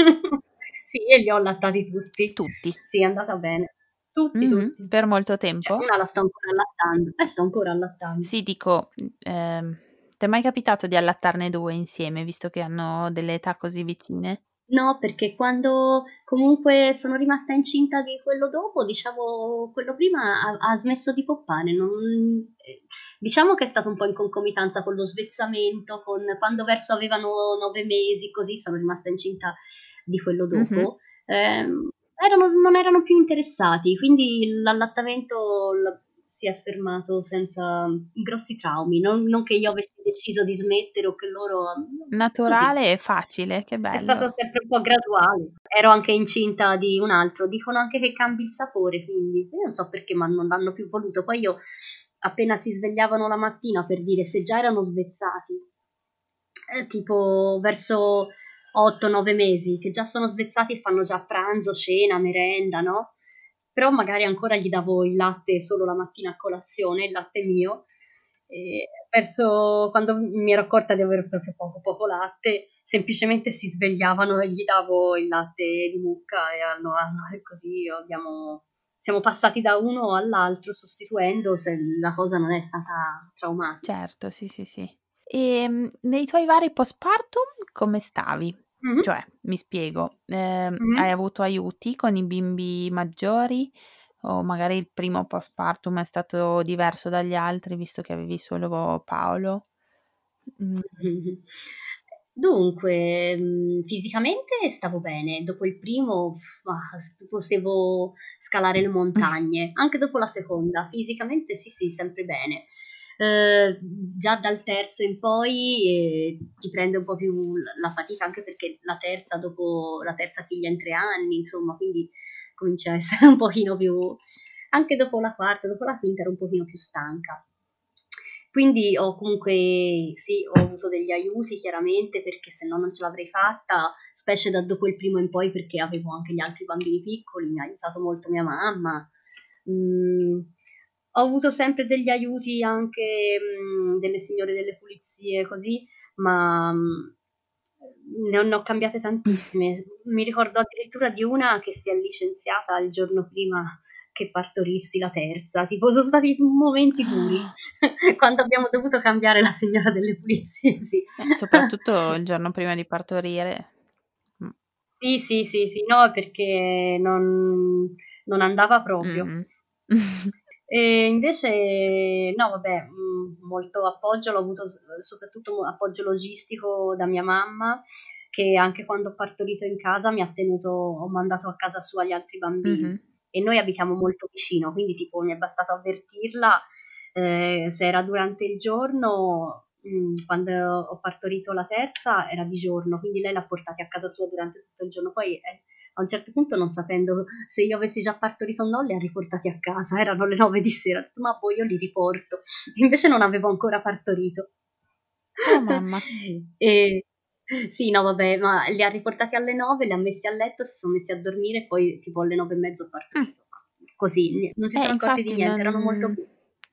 Sì, e li ho allattati tutti. Tutti. Sì, è andata bene. Tutti, Mhm. tutti. Per molto Cioè, tempo? una la sto ancora allattando. Eh, sto ancora allattando. Sì, dico, ehm, ti è mai capitato di allattarne due insieme, visto che hanno delle età così vicine? No, perché quando comunque sono rimasta incinta di quello dopo, diciamo, quello prima ha, ha smesso di poppare. Non- eh, diciamo che è stato un po' in concomitanza con lo svezzamento, con quando verso avevano nove mesi, così sono rimasta incinta di quello Mhm. dopo. Ehm, erano- non erano più interessati, quindi l'allattamento l- si è fermato senza grossi traumi. Non, non che io avessi deciso di smettere o che loro... Così. Naturale e facile, che È stato bello. sempre un po' graduale. Ero anche incinta di un altro, dicono anche che cambi il sapore, quindi io non so perché, ma non l'hanno più voluto. Poi io, appena si svegliavano la mattina, per dire, se già erano svezzati, eh, tipo verso otto nove mesi, che già sono svezzati e fanno già pranzo, cena, merenda, no? Però magari ancora gli davo il latte solo la mattina a colazione, il latte mio, e verso quando mi ero accorta di avere proprio poco, poco latte, semplicemente si svegliavano e gli davo il latte di mucca e hanno, hanno- e così abbiamo, siamo passati da uno all'altro sostituendo se la cosa non è stata traumatica. Certo, sì, sì, sì. E mm, nei tuoi vari postpartum come stavi? Mhm, Cioè, mi spiego, ehm, hai mhm. avuto aiuti con i bimbi maggiori o magari il primo postpartum è stato diverso dagli altri visto che avevi solo Paolo? Mm. Mh-mh. Dunque, mhmm, fisicamente stavo bene. Dopo il primo, mah, s potevo scalare le montagne, anche dopo la seconda. Fisicamente sì, sì, sempre bene. Uhm, già dal terzo in poi, ehm, ti prende un po' più l la fatica, anche perché la terza dopo la terza figlia in tre anni, insomma, quindi cominci a essere un pochino più anche dopo la quarta, dopo la quinta ero un pochino più stanca. Quindi ho comunque, sì, ho avuto degli aiuti chiaramente perché se no non ce l'avrei fatta, specie da dopo il primo in poi perché avevo anche gli altri bambini piccoli, mi ha aiutato molto mia mamma. Mm, ho avuto sempre degli aiuti anche mm, delle signore delle pulizie, così, ma mm, ne ho, ne ho cambiate tantissime. Mi ricordo addirittura di una che si è licenziata il giorno prima che partorissi la terza, tipo sono stati momenti duri quando abbiamo dovuto cambiare la signora delle pulizie, sì. Eh, soprattutto il giorno prima di partorire. Mm. Sì, sì, sì, sì, no, perché non, non andava proprio. Mhm. E invece, no, vabbè, mh, molto appoggio, l'ho avuto s- soprattutto mo- appoggio logistico da mia mamma, che anche quando ho partorito in casa mi ha tenuto, ho mandato a casa sua gli altri bambini. Mhm. E noi abitiamo molto vicino, quindi tipo mi è bastato avvertirla, eh, se era durante il giorno, mh, quando ho partorito la terza era di giorno, quindi lei l'ha portata a casa sua durante tutto il giorno. Poi eh, a un certo punto, non sapendo se io avessi già partorito o no, li ha riportati a casa, erano le nove di sera, ho detto, ma poi io li riporto. Invece non avevo ancora partorito. Oh mamma. E, sì, no, vabbè, ma li ha riportati alle nove, li ha messi a letto, si sono messi a dormire e poi tipo alle nove e mezzo ho Mm. partorito. Così, ni- non si Eh, sono accorti di infatti niente, erano molto, non... pi-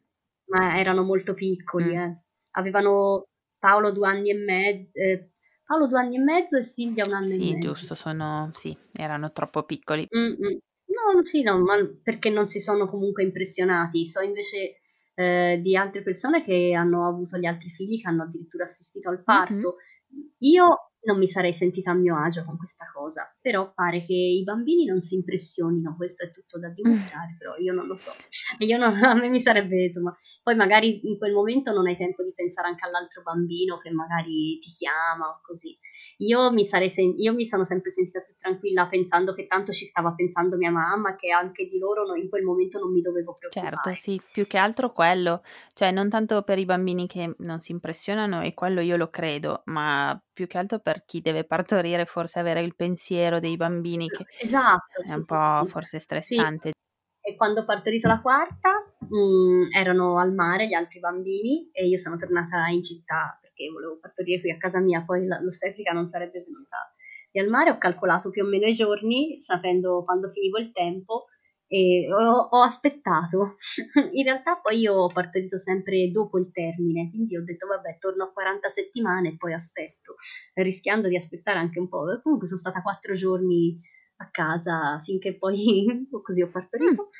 ma erano molto piccoli, Mm. eh. Avevano Paolo due anni e mezzo, Paolo due anni e mezzo e Silvia un anno e Sì, mezzo. giusto, sono... Sì, erano troppo piccoli. Mh-mh. No, sì, no, ma perché non si sono comunque impressionati. So invece, ehm, di altre persone che hanno avuto gli altri figli, che hanno addirittura assistito al Mhm. parto. Io non mi sarei sentita a mio agio con questa cosa, però pare che i bambini non si impressionino, questo è tutto da dimostrare, però io non lo so. E io non a me mi sarebbe insomma, poi magari in quel momento non hai tempo di pensare anche all'altro bambino che magari ti chiama o così. Io mi sarei sen- io mi sono sempre sentita più tranquilla pensando che tanto ci stava pensando mia mamma, che anche di loro no- in quel momento non mi dovevo Certo, preoccupare. sì, più che altro quello, cioè non tanto per i bambini che non si impressionano, e quello io lo credo, ma più che altro per chi deve partorire, forse avere il pensiero dei bambini che Esatto, è sì, un sì, po' sì. forse Sì, stressante. e quando ho partorito la quarta, mh, erano al mare gli altri bambini e io sono tornata in città perché volevo partorire qui a casa mia, poi la- l'ostetrica non sarebbe venuta. E al mare ho calcolato più o meno i giorni, sapendo quando finivo il tempo, e ho, ho aspettato. In realtà poi io ho partorito sempre dopo il termine, quindi ho detto vabbè, torno a quaranta settimane e poi aspetto, rischiando di aspettare anche un po'. E comunque sono stata quattro giorni a casa finché poi così ho Mm, partorito.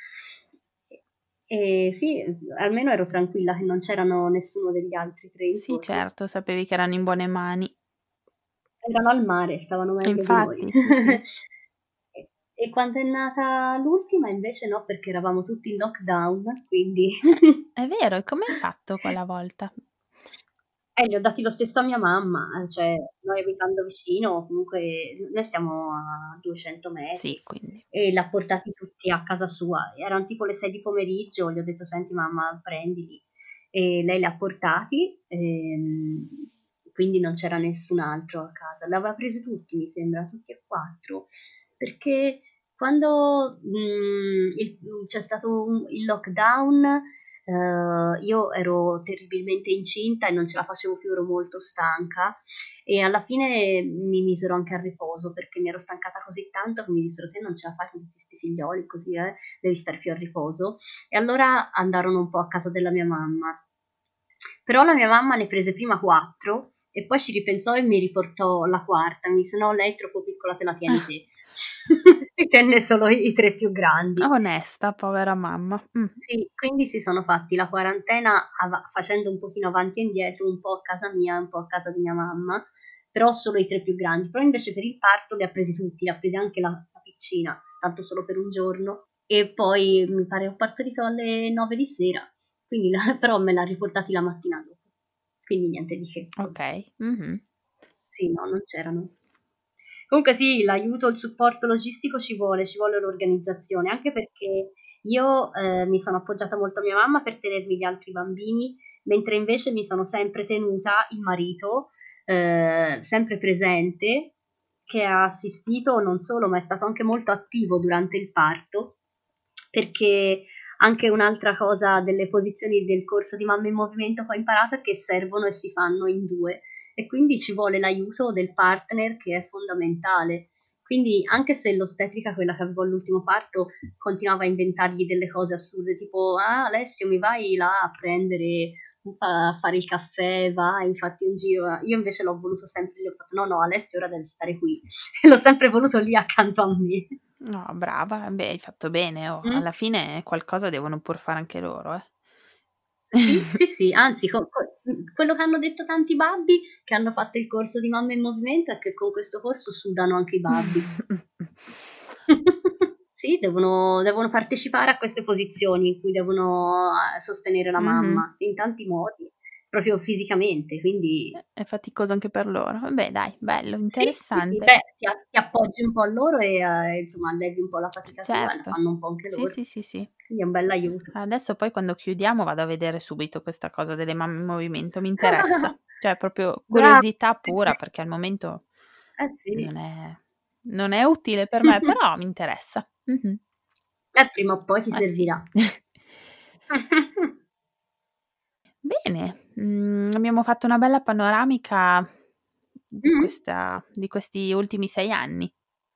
E sì, almeno ero tranquilla che non c'erano nessuno degli altri tre sì, intorno. certo, sapevi che erano in buone mani. Erano al mare, stavano meglio di noi. Infatti, sì, sì. E e quando è nata l'ultima invece no, perché eravamo tutti in lockdown, quindi È vero, e come hai fatto quella volta? Eh, li ho dati lo stesso a mia mamma, eh, cioè noi abitando vicino, comunque noi stiamo a duecento Sì, metri quindi. e li ha portati tutti a casa sua. Erano tipo le sei di pomeriggio, gli ho detto senti mamma prendili e lei li ha portati, ehm, quindi non c'era nessun altro a casa. Li aveva presi tutti, mi sembra, tutti e quattro, perché quando mh, il- c'è stato un- il lockdown eh, io ero terribilmente incinta e non ce la facevo più, ero molto stanca e alla fine mi misero anche a riposo perché mi ero stancata così tanto che mi dissero te non ce la fai con tutti questi figlioli così, eh, devi stare più a riposo. E allora andarono un po' a casa della mia mamma. Però la mia mamma ne prese prima quattro e poi ci ripensò e mi riportò la quarta. Mi disse no, lei è troppo piccola, te la tieni te. Si tenne solo i, i tre più grandi. Onesta, povera mamma. Mm. Sì, quindi si sono fatti la quarantena av- facendo un pochino avanti e indietro, un po' a casa mia, un po' a casa di mia mamma, però solo i tre più grandi. Però invece per il parto li ha presi tutti, li ha presi anche la, la piccina, tanto solo per un giorno. E poi mi pare ho partorito alle nove di sera, quindi la- però me l'ha riportati la mattina dopo. Quindi niente di che. Ok. Mhm. Sì, no, non c'erano. Comunque sì, l'aiuto, il supporto logistico ci vuole, ci vuole l'organizzazione, anche perché io eh, mi sono appoggiata molto a mia mamma per tenermi gli altri bambini, mentre invece mi sono sempre tenuta il marito, eh, sempre presente, che ha assistito non solo, ma è stato anche molto attivo durante il parto, perché anche un'altra cosa delle posizioni del corso di Mamma in Movimento che ho imparato è che servono e si fanno in due e quindi ci vuole l'aiuto del partner che è fondamentale. Quindi anche se l'ostetrica, quella che avevo all'ultimo parto, continuava a inventargli delle cose assurde, tipo ah Alessio mi vai là a prendere, a fare il caffè, vai, fatti un giro. Io invece l'ho voluto sempre, gli ho fatto no no Alessio ora devi stare qui. E l'ho sempre voluto lì accanto a me. No, brava, beh, hai fatto bene, oh, Mm? alla fine qualcosa devono pur fare anche loro, eh. Sì, sì, sì, anzi, co- co- quello che hanno detto tanti babbi che hanno fatto il corso di Mamma in Movimento è che con questo corso sudano anche i babbi. Sì, devono devono partecipare a queste posizioni in cui devono, uhm, sostenere la Mh-mh. mamma, in tanti modi, proprio fisicamente, quindi Eh, è faticoso anche per loro. Vabbè dai, bello, sì, sì, sì, interessante. beh, ti a ti appoggi un po' a loro e, uhm, insomma allevi un po' la fatica tua e la Certo. fanno un po' anche Sì, loro. sì, sì, sì. Quindi è un bell'aiuto. Adesso poi quando chiudiamo vado a vedere subito questa cosa delle mamme in movimento, mi interessa. Cioè proprio Brava, curiosità sì, sì. pura, perché al momento Eh sì. non è non è utile per me, però mi interessa. Mh-mh. Eh, prima o poi ti Eh sì. servirà. Bene, mhmm, abbiamo fatto una bella panoramica di Mh-mh. questa di questi ultimi sei anni.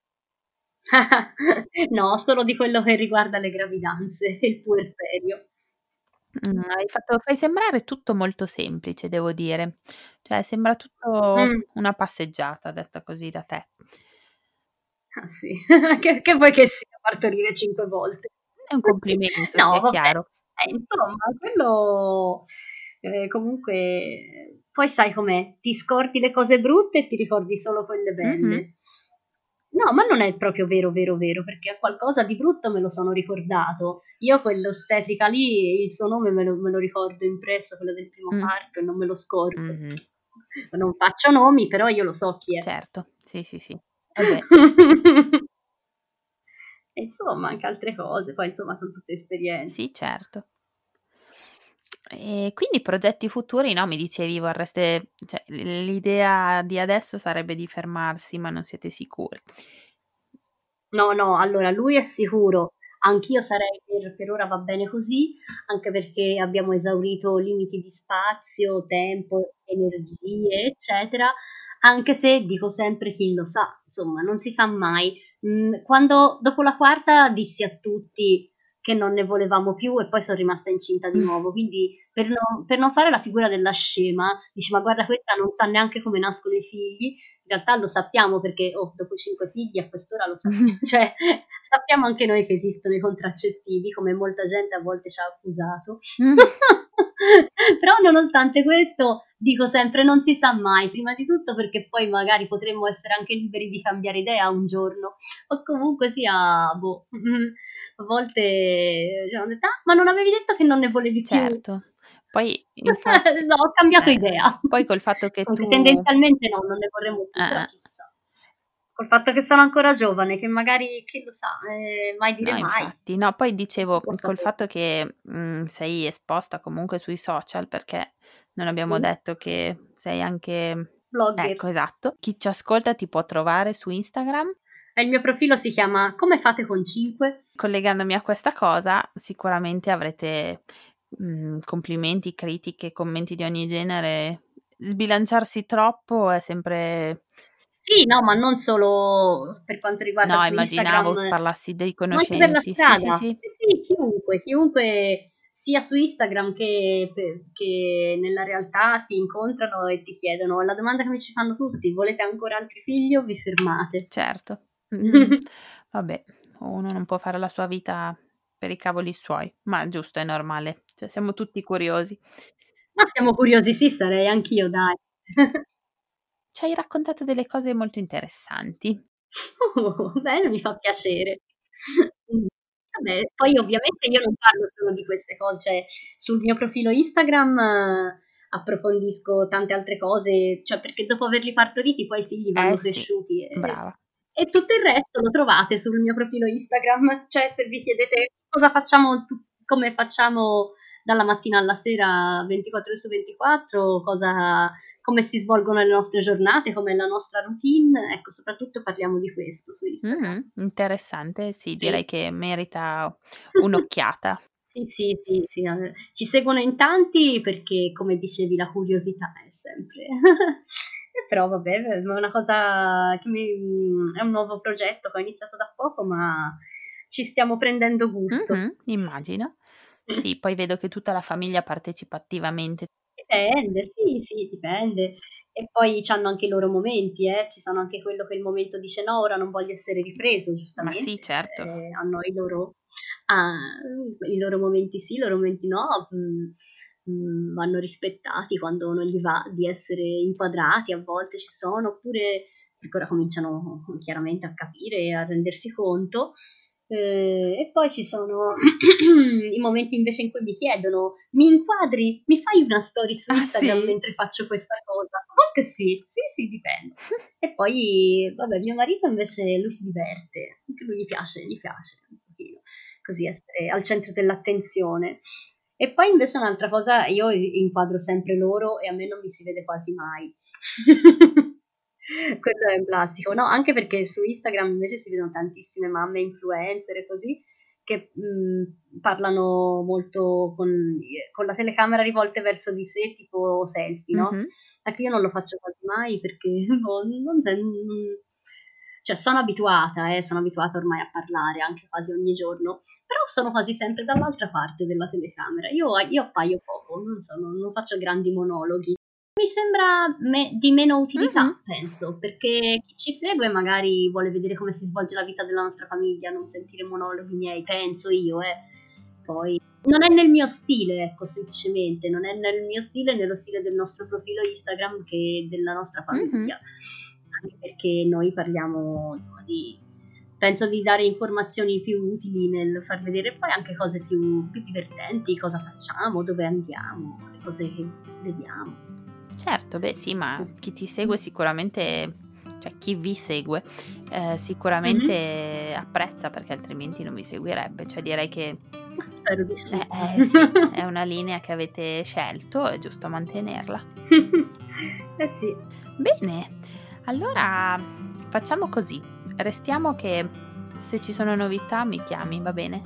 No, solo di quello che riguarda le gravidanze e il puerperio. Mh, hai fatto fai sembrare tutto molto semplice, devo dire. Cioè sembra tutto Mh. una passeggiata, detta così da te. Ah sì, che che vuoi che sia partorire cinque volte? È un complimento, No sia vabbè, chiaro. eh, insomma quello, ehm, comunque poi sai com'è, ti scordi le cose brutte e ti ricordi solo quelle Mh-mh. belle. No, ma non è proprio vero, vero, vero, perché qualcosa di brutto me lo sono ricordato. Io quell'ostetrica lì, il suo nome me lo me lo ricordo impresso, quello del primo Mh. parto e non me lo scordo. Mh-mh. Non faccio nomi, però io lo so chi è. Certo, sì, sì, sì. Eh beh, E insomma anche altre cose, poi insomma son tutte esperienze. sì certo. E quindi progetti futuri, no, mi dicevi vorreste cioè l l'idea di adesso sarebbe di fermarsi, ma non siete sicuri. No, no, allora lui è sicuro. Anch'io sarei per per ora va bene così, anche perché abbiamo esaurito limiti di spazio, tempo, energie, eccetera, anche se dico sempre: "Chi lo sa", insomma, non si sa mai. Mhmm, quando dopo la quarta dissi a tutti che non ne volevamo più e poi son rimasta incinta di nuovo, quindi per non per non fare la figura della scema, dici: "Ma guarda questa non sa neanche come nascono i figli", in realtà lo sappiamo perché, oh, dopo cinque figli a quest'ora lo sappia cioè sappiamo anche noi che esistono i contraccettivi, come molta gente a volte ci ha accusato. Però nonostante questo dico sempre: "Non si sa mai", prima di tutto perché poi magari potremmo essere anche liberi di cambiare idea un giorno o comunque sia, boh, a volte ci hanno detto: "Ah, ma non avevi detto che non ne volevi più?" Certo. Poi infatti No, ho cambiato eh, idea. poi col fatto che Comunque tu tendenzialmente no, non ne vorremmo più, però eh-eh. chissà. Col fatto che sono ancora giovane, che magari chi lo sa, ehm, mai dire No, mai. infatti. No, poi Non si dicevo, può col sapere. fatto che, mhmm, sei esposta comunque sui social, perché non abbiamo Sì, detto che sei anche blogger. ecco, esatto. Chi ci ascolta ti può trovare su Instagram. E il mio profilo si chiama "Come fate con cinque?" Collegandomi a questa cosa, sicuramente avrete, mhmm, complimenti, critiche, commenti di ogni genere. Sbilanciarsi troppo è sempre Sì, no, ma non solo per quanto riguarda no, su Instagram, immaginavo parlassi dei ma anche per la conoscenti. Sì, sì, strada. sì. Sì, sì, chiunque, chiunque sia su Instagram che pe che nella realtà ti incontrano e ti chiedono la domanda che mi ci fanno tutti: "Volete ancora altri figli o vi fermate?" Certo. Mh-mh. Vabbè, uno non può fare la sua vita per i cavoli suoi, ma giusto, è normale. Cioè siamo tutti curiosi. Ma siamo curiosi, sì, sarei anch'io dai. Ci hai raccontato delle cose molto interessanti. Oh, bene, mi fa piacere. Mh. Vabbè, poi ovviamente io non parlo solo di queste cose, cioè sul mio profilo Instagram eh, approfondisco tante altre cose, cioè perché dopo averli partoriti poi i figli Eh vanno sì, cresciuti e brava. e tutto il resto lo trovate sul mio profilo Instagram. Cioè se vi chiedete cosa facciamo tu come facciamo dalla mattina alla sera ventiquattro ore su ventiquattro, cosa come si svolgono le nostre giornate, com'è la nostra routine, ecco, soprattutto parliamo di questo su Instagram. Mh-mh, interessante, sì, direi Sì. che merita un'occhiata. Sì, sì, sì, sì, ehm, ci seguono in tanti perché, come dicevi, la curiosità è sempre e però vabbè, è una cosa che mi mhmm, è un nuovo progetto che ho iniziato da poco, ma ci stiamo prendendo gusto. Mh-mh, immagino. Sì, poi vedo che tutta la famiglia partecipa attivamente. Dipende, sì, sì, dipende. E poi c'hanno anche i loro momenti, eh, ci sono anche quello che il momento dice: "No, ora non voglio essere ripreso", Ma sì, giustamente, certo. ehm, hanno i loro ah, i loro momenti sì, i loro momenti no, mhmm, mhmm, vanno rispettati quando non gli va di essere inquadrati, a volte ci sono, oppure perché ora cominciano chiaramente a capire e a rendersi conto, Eh, e poi ci sono i momenti invece in cui mi chiedono: mi inquadri, mi fai una story su Ah, Instagram sì? mentre faccio questa cosa? A volte sì, sì, sì, dipende. E poi, vabbè, mio marito invece lui si diverte, anche lui gli piace, gli piace un pochino, così essere al centro dell'attenzione. E poi invece un'altra cosa, io inquadro sempre loro e a me non mi si vede quasi mai. Quello è un classico, no? Anche perché su Instagram invece si vedono tantissime mamme influencer e così che mh, parlano molto con, con la telecamera rivolte verso di sé, tipo selfie, no? Mhm. Anche io non lo faccio quasi mai perché boh, non, non- cioè sono abituata, eh, sono abituata ormai a parlare anche quasi ogni giorno, però sono quasi sempre dall'altra parte della telecamera. Io, io appaio poco, non so, non, non faccio grandi monologhi. Mi sembra me- di meno Mhm. utilità, penso, perché chi ci segue magari vuole vedere come si svolge la vita della nostra famiglia, non sentire monologhi miei, penso io, eh. Poi non è nel mio stile, ecco, semplicemente, non è nel mio stile, nello stile del nostro profilo Instagram che della nostra Mhm. famiglia. Anche perché noi parliamo, insomma, di penso di dare informazioni più utili nel far vedere poi anche cose più, più divertenti, cosa facciamo, dove andiamo, le cose che vediamo. Certo, beh sì, ma chi ti segue sicuramente, cioè chi vi segue, eh, Mhm. sicuramente apprezza, perché altrimenti non vi seguirebbe. Cioè direi che Ma spero di sì. eh, eh, sì, è una linea che avete scelto, è giusto mantenerla. Eh sì. Bene, allora facciamo così, restiamo che se ci sono novità mi chiami, va bene?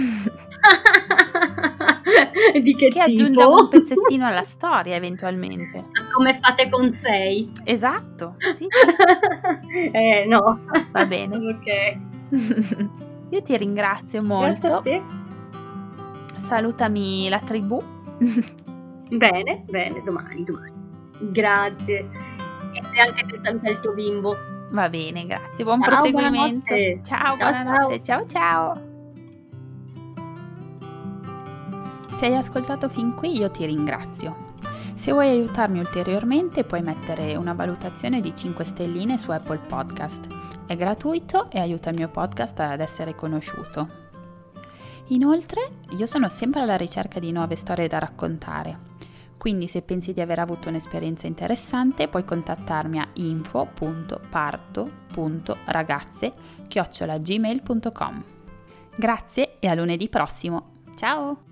Di che Che aggiungiamo un tipo? pezzettino alla storia eventualmente. Come fate con sei? Esatto, sì, Eh no. va bene. Ok. Io ti ringrazio Grazie a molto, te. salutami la tribù. Bene, bene, domani, domani. Grazie. E anche te saluta il tuo bimbo. Va bene, grazie, buon Ciao, proseguimento. buonanotte. Ciao, Ciao, ciao. buonanotte, ciao ciao. Se hai ascoltato fin qui io ti ringrazio. Se vuoi aiutarmi ulteriormente puoi mettere una valutazione di cinque stelline su Apple Podcast. È gratuito e aiuta il mio podcast ad essere conosciuto. Inoltre, io sono sempre alla ricerca di nuove storie da raccontare. Quindi se pensi di aver avuto un'esperienza interessante puoi contattarmi a info punto parto punto ragazze chiocciola gmail punto com. Grazie e a lunedì prossimo. Ciao!